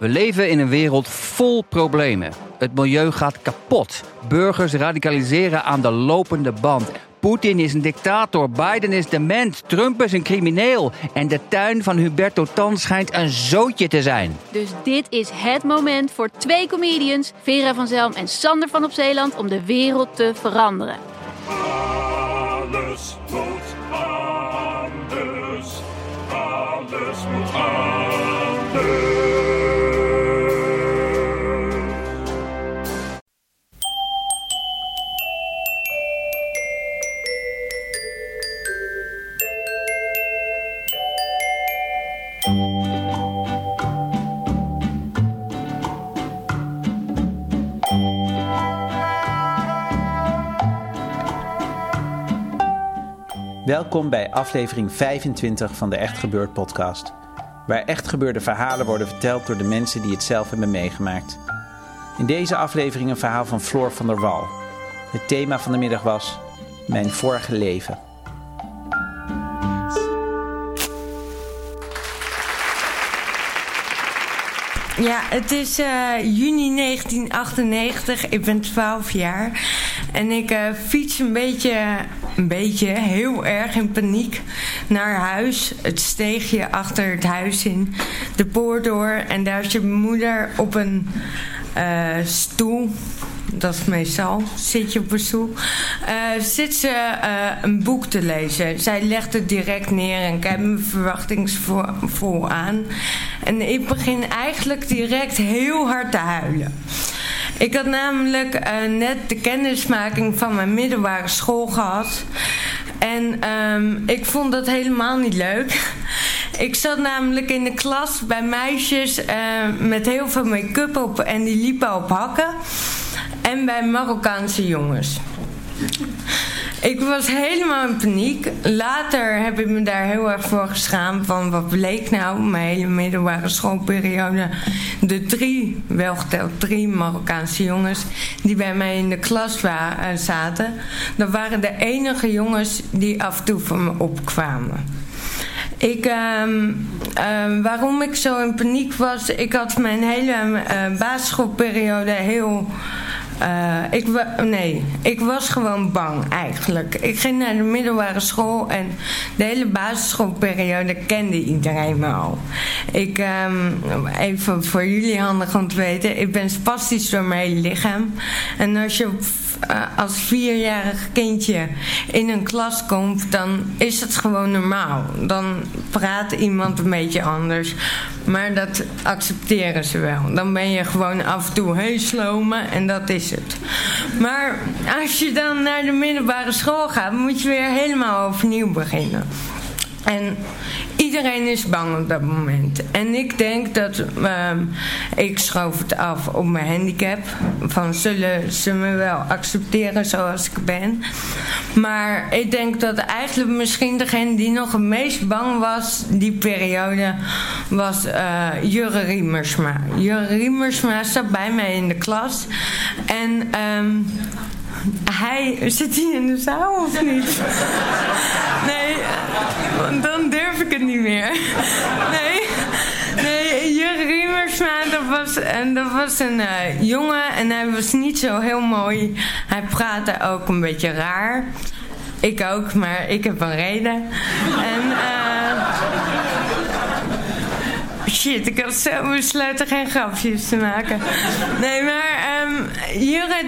We leven in een wereld vol problemen. Het milieu gaat kapot. Burgers radicaliseren aan de lopende band. Poetin is een dictator, Biden is dement, Trump is een crimineel. En de tuin van Huberto Tan schijnt een zootje te zijn. Dus dit is het moment voor 2 comedians, Vera van Zelm en Sander van op Zeeland, om de wereld te veranderen. Alles moet anders. Alles moet anders. Welkom bij aflevering 25 van de Echt Gebeurd podcast. Waar echt gebeurde verhalen worden verteld door de mensen die het zelf hebben meegemaakt. In deze aflevering een verhaal van Floor van der Wal. Het thema van de middag was Mijn vorige leven. Ja, het is juni 1998. Ik ben 12 jaar. En ik fiets een beetje, heel erg in paniek naar huis. Het steegje achter het huis in. De poort door. En daar zit mijn moeder op een stoel. Dat is meestal, zit je op een stoel. Zit ze een boek te lezen. Zij legt het direct neer en ik heb me verwachtingsvol aan. En ik begin eigenlijk direct heel hard te huilen. Ik had namelijk net de kennismaking van mijn middelbare school gehad. En ik vond dat helemaal niet leuk. Ik zat namelijk in de klas bij meisjes met heel veel make-up op en die liepen op hakken. En bij Marokkaanse jongens. Ik was helemaal in paniek. Later heb ik me daar heel erg voor geschaamd. Van wat bleek nou, mijn hele middelbare schoolperiode. De 3 Marokkaanse jongens die bij mij in de klas zaten. Dat waren de enige jongens die af en toe van me opkwamen. Waarom ik zo in paniek was. Ik had mijn hele basisschoolperiode heel... Ik was gewoon bang eigenlijk. Ik ging naar de middelbare school en de hele basisschoolperiode kende iedereen me al. Even voor jullie handig om te weten, ik ben spastisch door mijn hele lichaam. En als je als 4-jarig kindje in een klas komt, dan is het gewoon normaal. Dan praat iemand een beetje anders. Maar dat accepteren ze wel. Dan ben je gewoon af en toe heel slome en dat is het. Maar als je dan naar de middelbare school gaat, moet je weer helemaal overnieuw beginnen. En iedereen is bang op dat moment. En ik denk dat... ik schoof het af op mijn handicap. Van zullen ze me wel accepteren zoals ik ben. Maar ik denk dat eigenlijk misschien degene die nog het meest bang was... die periode was Jurre Riemersma. Jurre Riemersma zat bij mij in de klas. En... zit hij in de zaal of niet? Nee, dan durf ik het niet meer. Nee, Jurre Riemersma, dat was een jongen en hij was niet zo heel mooi. Hij praatte ook een beetje raar. Ik ook, maar ik heb een reden. En... Shit, ik had zo besloten geen grapjes te maken. Nee, maar Jurre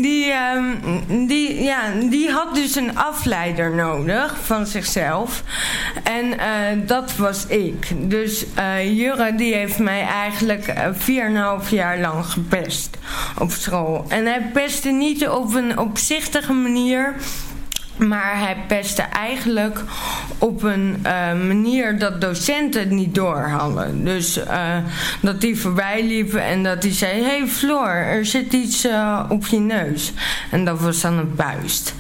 die had dus een afleider nodig van zichzelf. En dat was ik. Dus Jurre die heeft mij eigenlijk 4,5 jaar lang gepest op school. En hij pestte niet op een opzichtige manier... Maar hij pestte eigenlijk op een manier dat docenten het niet door hadden. Dus dat die voorbij liepen en dat hij zei... Hey Floor, er zit iets op je neus. En dat was dan een puist.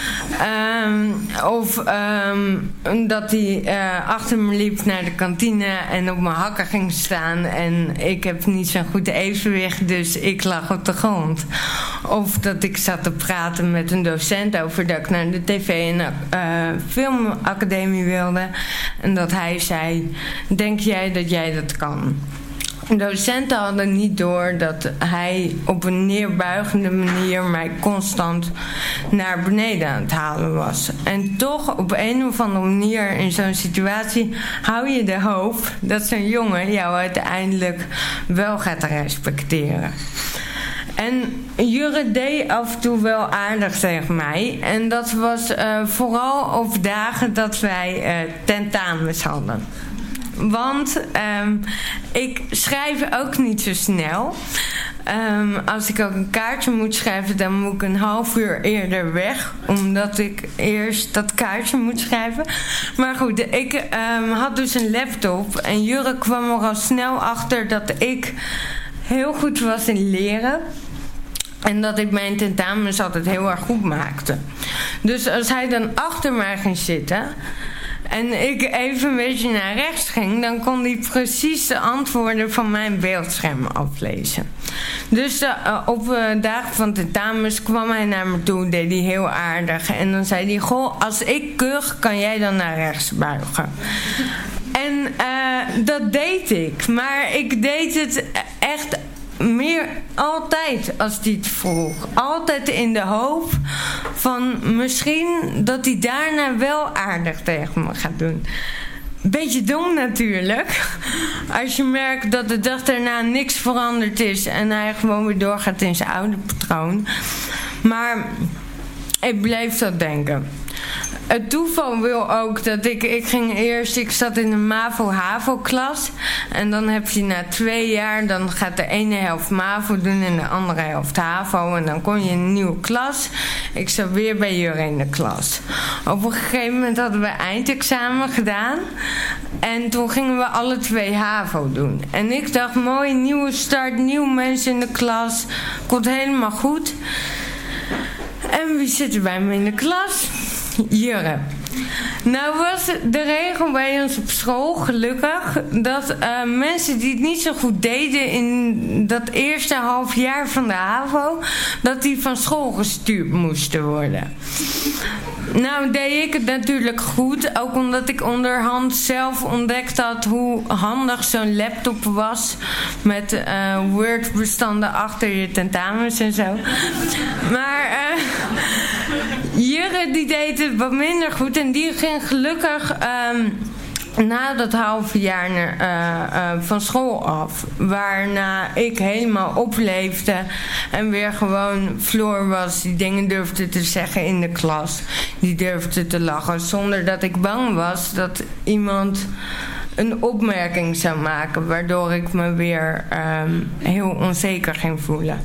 Dat hij achter me liep naar de kantine en op mijn hakken ging staan. En ik heb niet zo'n goed evenwicht, dus ik lag op de grond. Of dat ik zat te praten met een docent over dat ik naar de tv- en filmacademie wilde. En dat hij zei, denk jij dat jij dat kan? docenten hadden niet door dat hij op een neerbuigende manier mij constant naar beneden aan het halen was. En toch op een of andere manier in zo'n situatie hou je de hoop dat zo'n jongen jou uiteindelijk wel gaat respecteren. En Jurre deed af en toe wel aardig tegen mij. En dat was vooral op dagen dat wij tentamens hadden. Want ik schrijf ook niet zo snel. Als ik ook een kaartje moet schrijven, dan moet ik een half uur eerder weg. Omdat ik eerst dat kaartje moet schrijven. Maar goed, ik had dus een laptop. En Jurre kwam er al snel achter dat ik heel goed was in leren. En dat ik mijn tentamens altijd heel erg goed maakte. Dus als hij dan achter mij ging zitten en ik even een beetje naar rechts ging, dan kon hij precies de antwoorden van mijn beeldscherm aflezen. Dus op dagen van tentamens kwam hij naar me toe, deed hij heel aardig. En dan zei hij, goh, als ik kuch, kan jij dan naar rechts buigen. En dat deed ik. Maar ik deed het echt meer altijd als hij het vroeg. Altijd in de hoop van misschien dat hij daarna wel aardig tegen me gaat doen. Beetje dom natuurlijk. Als je merkt dat de dag daarna niks veranderd is en hij gewoon weer doorgaat in zijn oude patroon. Maar ik bleef dat denken. Het toeval wil ook dat ik zat in een MAVO-HAVO-klas. En dan heb je na 2 jaar, dan gaat de ene helft MAVO doen en de andere helft HAVO. En dan kon je in een nieuwe klas. Ik zat weer bij Jurre in de klas. Op een gegeven moment hadden we eindexamen gedaan. En toen gingen we alle 2 HAVO doen. En ik dacht, mooi, nieuwe start, nieuwe mensen in de klas. Komt helemaal goed. En wie zit er bij me in de klas? Jurre. Nou was de regel bij ons op school, gelukkig, dat mensen die het niet zo goed deden in dat eerste half jaar van de HAVO, dat die van school gestuurd moesten worden. Nou deed ik het natuurlijk goed, ook omdat ik onderhand zelf ontdekt had hoe handig zo'n laptop was met Word-bestanden achter je tentamens en zo. Maar Jurre die deed het wat minder goed en die ging gelukkig na dat halve jaar van school af. Waarna ik helemaal opleefde en weer gewoon Floor was die dingen durfde te zeggen in de klas. Die durfde te lachen zonder dat ik bang was dat iemand een opmerking zou maken. Waardoor ik me weer heel onzeker ging voelen.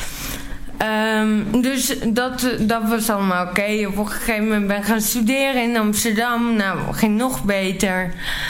Dus dat was allemaal oké. Op een gegeven moment ben ik gaan studeren in Amsterdam. Nou, ging nog beter.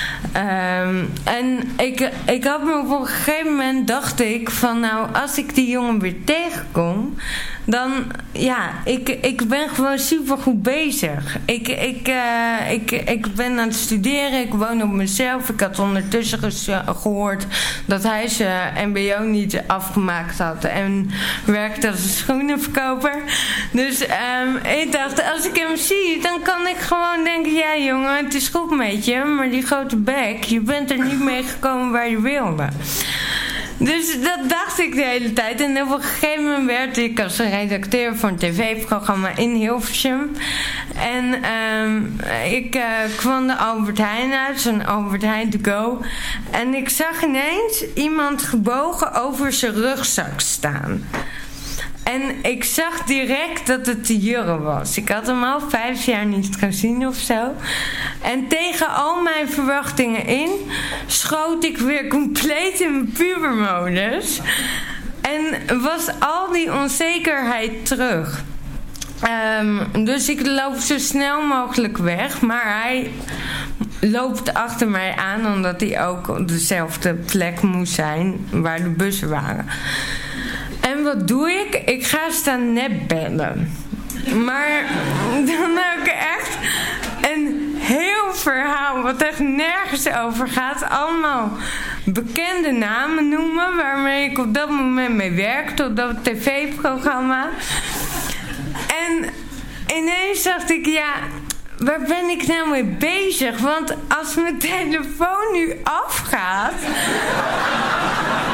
En ik had me op een gegeven moment, dacht ik van nou, als ik die jongen weer tegenkom, dan ja, ik ben gewoon super goed bezig. Ik ben aan het studeren, ik woon op mezelf. Ik had ondertussen gehoord dat hij zijn mbo niet afgemaakt had en werkte als een schoenenverkoper. Dus ik dacht, als ik hem zie, dan kan ik gewoon denken, ja jongen, het is goed met je, maar die grote bek, je bent er niet mee gekomen waar je wilde. Dus dat dacht ik de hele tijd. En op een gegeven moment werd ik als redacteur voor een tv-programma in Hilversum. En ik kwam de Albert Heijn uit, zo'n Albert Heijn to go. En ik zag ineens iemand gebogen over zijn rugzak staan. En ik zag direct dat het de Jurre was. Ik had hem al 5 jaar niet gezien of zo. En tegen al mijn verwachtingen in schoot ik weer compleet in mijn pubermodus. En was al die onzekerheid terug. Dus ik loop zo snel mogelijk weg. Maar hij loopt achter mij aan, omdat hij ook op dezelfde plek moest zijn waar de bussen waren. En wat doe ik? Ik ga staan nepbellen. Maar dan heb ik echt een heel verhaal wat echt nergens over gaat. Allemaal bekende namen noemen waarmee ik op dat moment mee werkte, op dat tv-programma. En ineens dacht ik, ja, waar ben ik nou mee bezig? Want als mijn telefoon nu afgaat,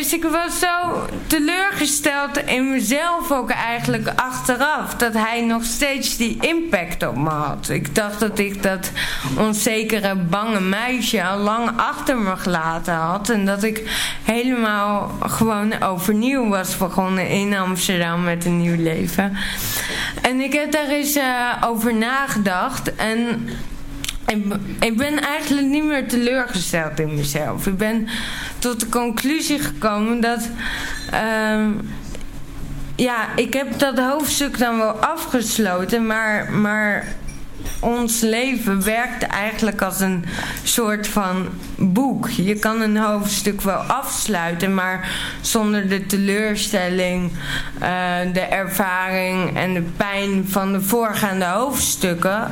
dus ik was zo teleurgesteld in mezelf ook eigenlijk achteraf. Dat hij nog steeds die impact op me had. Ik dacht dat ik dat onzekere, bange meisje al lang achter me gelaten had. En dat ik helemaal gewoon overnieuw was begonnen in Amsterdam met een nieuw leven. En ik heb daar eens over nagedacht. En ik ben eigenlijk niet meer teleurgesteld in mezelf. Ik ben tot de conclusie gekomen dat... ik heb dat hoofdstuk dan wel afgesloten, maar ons leven werkt eigenlijk als een soort van boek. Je kan een hoofdstuk wel afsluiten, maar zonder de teleurstelling, de ervaring en de pijn van de voorgaande hoofdstukken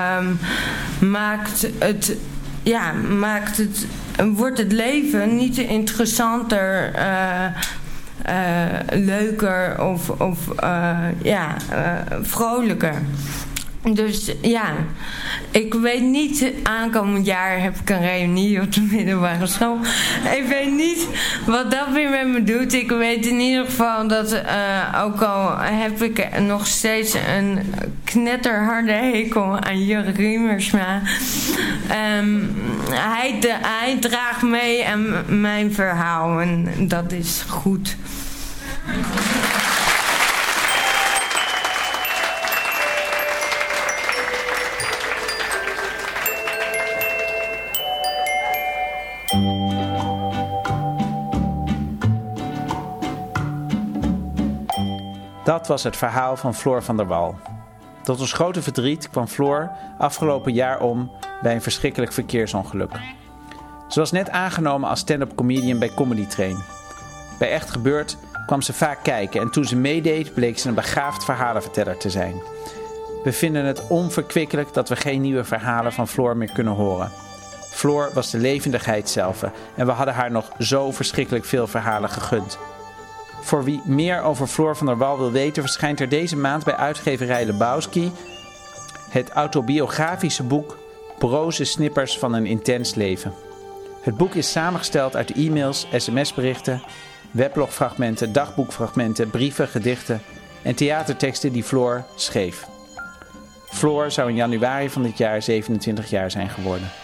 wordt het leven niet interessanter, leuker of vrolijker. Dus ja, ik weet niet, aankomend jaar heb ik een reunie op de middelbare school. Ik weet niet wat dat weer met me doet. Ik weet in ieder geval dat, ook al heb ik nog steeds een knetterharde hekel aan Jurk Riemersma, hij draagt mee aan mijn verhaal en dat is goed. Dat was het verhaal van Floor van der Wal. Tot ons grote verdriet kwam Floor afgelopen jaar om bij een verschrikkelijk verkeersongeluk. Ze was net aangenomen als stand-up comedian bij Comedy Train. Bij Echt Gebeurd kwam ze vaak kijken en toen ze meedeed bleek ze een begaafd verhalenverteller te zijn. We vinden het onverkwikkelijk dat we geen nieuwe verhalen van Floor meer kunnen horen. Floor was de levendigheid zelf en we hadden haar nog zo verschrikkelijk veel verhalen gegund. Voor wie meer over Floor van der Wal wil weten, verschijnt er deze maand bij uitgeverij Lebowski het autobiografische boek Broze Snippers van een intens leven. Het boek is samengesteld uit e-mails, sms-berichten, weblogfragmenten, dagboekfragmenten, brieven, gedichten en theaterteksten die Floor schreef. Floor zou in januari van dit jaar 27 jaar zijn geworden.